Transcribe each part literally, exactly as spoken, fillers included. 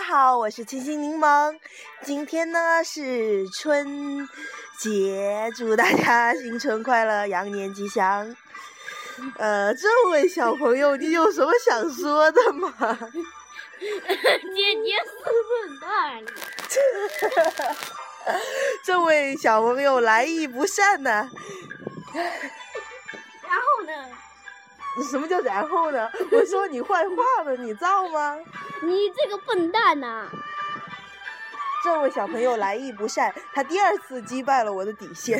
好，我是清新柠檬。今天呢是春节，祝大家新春快乐，羊年吉祥。呃，这位小朋友，你有什么想说的吗？ 姐姐是笨蛋。 这位小朋友来意不善呢。 然后呢？ 什么叫然后呢？我说你坏话了，你造吗？ 你这个笨蛋呐、啊！ 这位小朋友来意不善，他第二次击败了我的底线。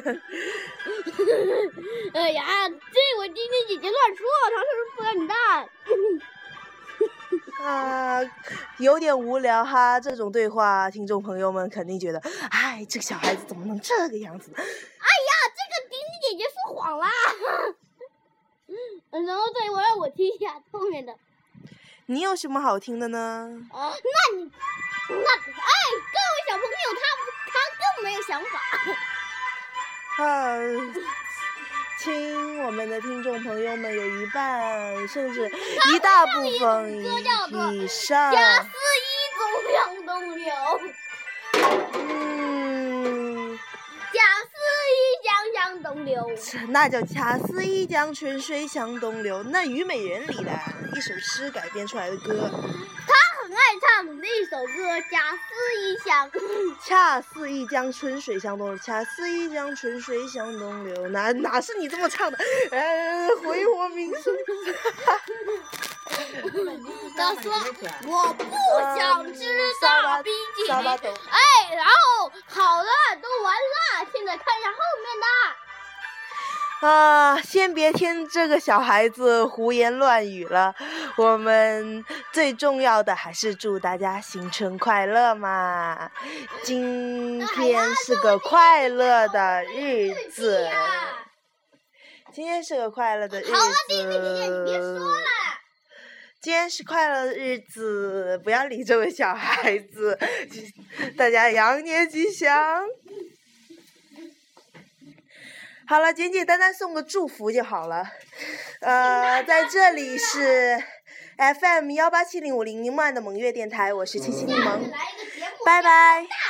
哎呀，这位今天姐姐乱说，他是笨蛋。 啊，有点无聊哈，这种对话，听众朋友们肯定觉得，哎，这个小孩子怎么能这个样子？ 哎呀，这个丁丁姐姐说谎啦。然后再我让我听一下后面的。 你有什么好听的呢？ 啊，那你，那哎，各位小朋友，他他更没有想法。 啊，亲，我们的听众朋友们有一半甚至一大部分以上。 贾斯一总向东流。 嗯。 贾斯一江向东流， 那叫恰似一江春水向东流，那虞美人里的一首诗改编出来的歌。 他很爱唱那首歌，贾斯一江。 恰似一江春水向东流，恰似一江春水向东流，哪哪是你这么唱的？呃，毁我名声。 他说我不想吃大冰淇淋。哎，然后好了，都完了，现在看一下后面的。啊，先别听这个小孩子胡言乱语了，我们最重要的还是祝大家新春快乐嘛。今天是个快乐的日子，今天是个快乐的日子。 好了，弟弟姐姐，你别说了。 今天是快乐的日子，不要理这位小孩子。大家羊年吉祥。好了，简简单单送个祝福就好了。呃，在这里是 F M 幺八七零五零柠檬的蒙月电台，我是清新柠檬，拜拜。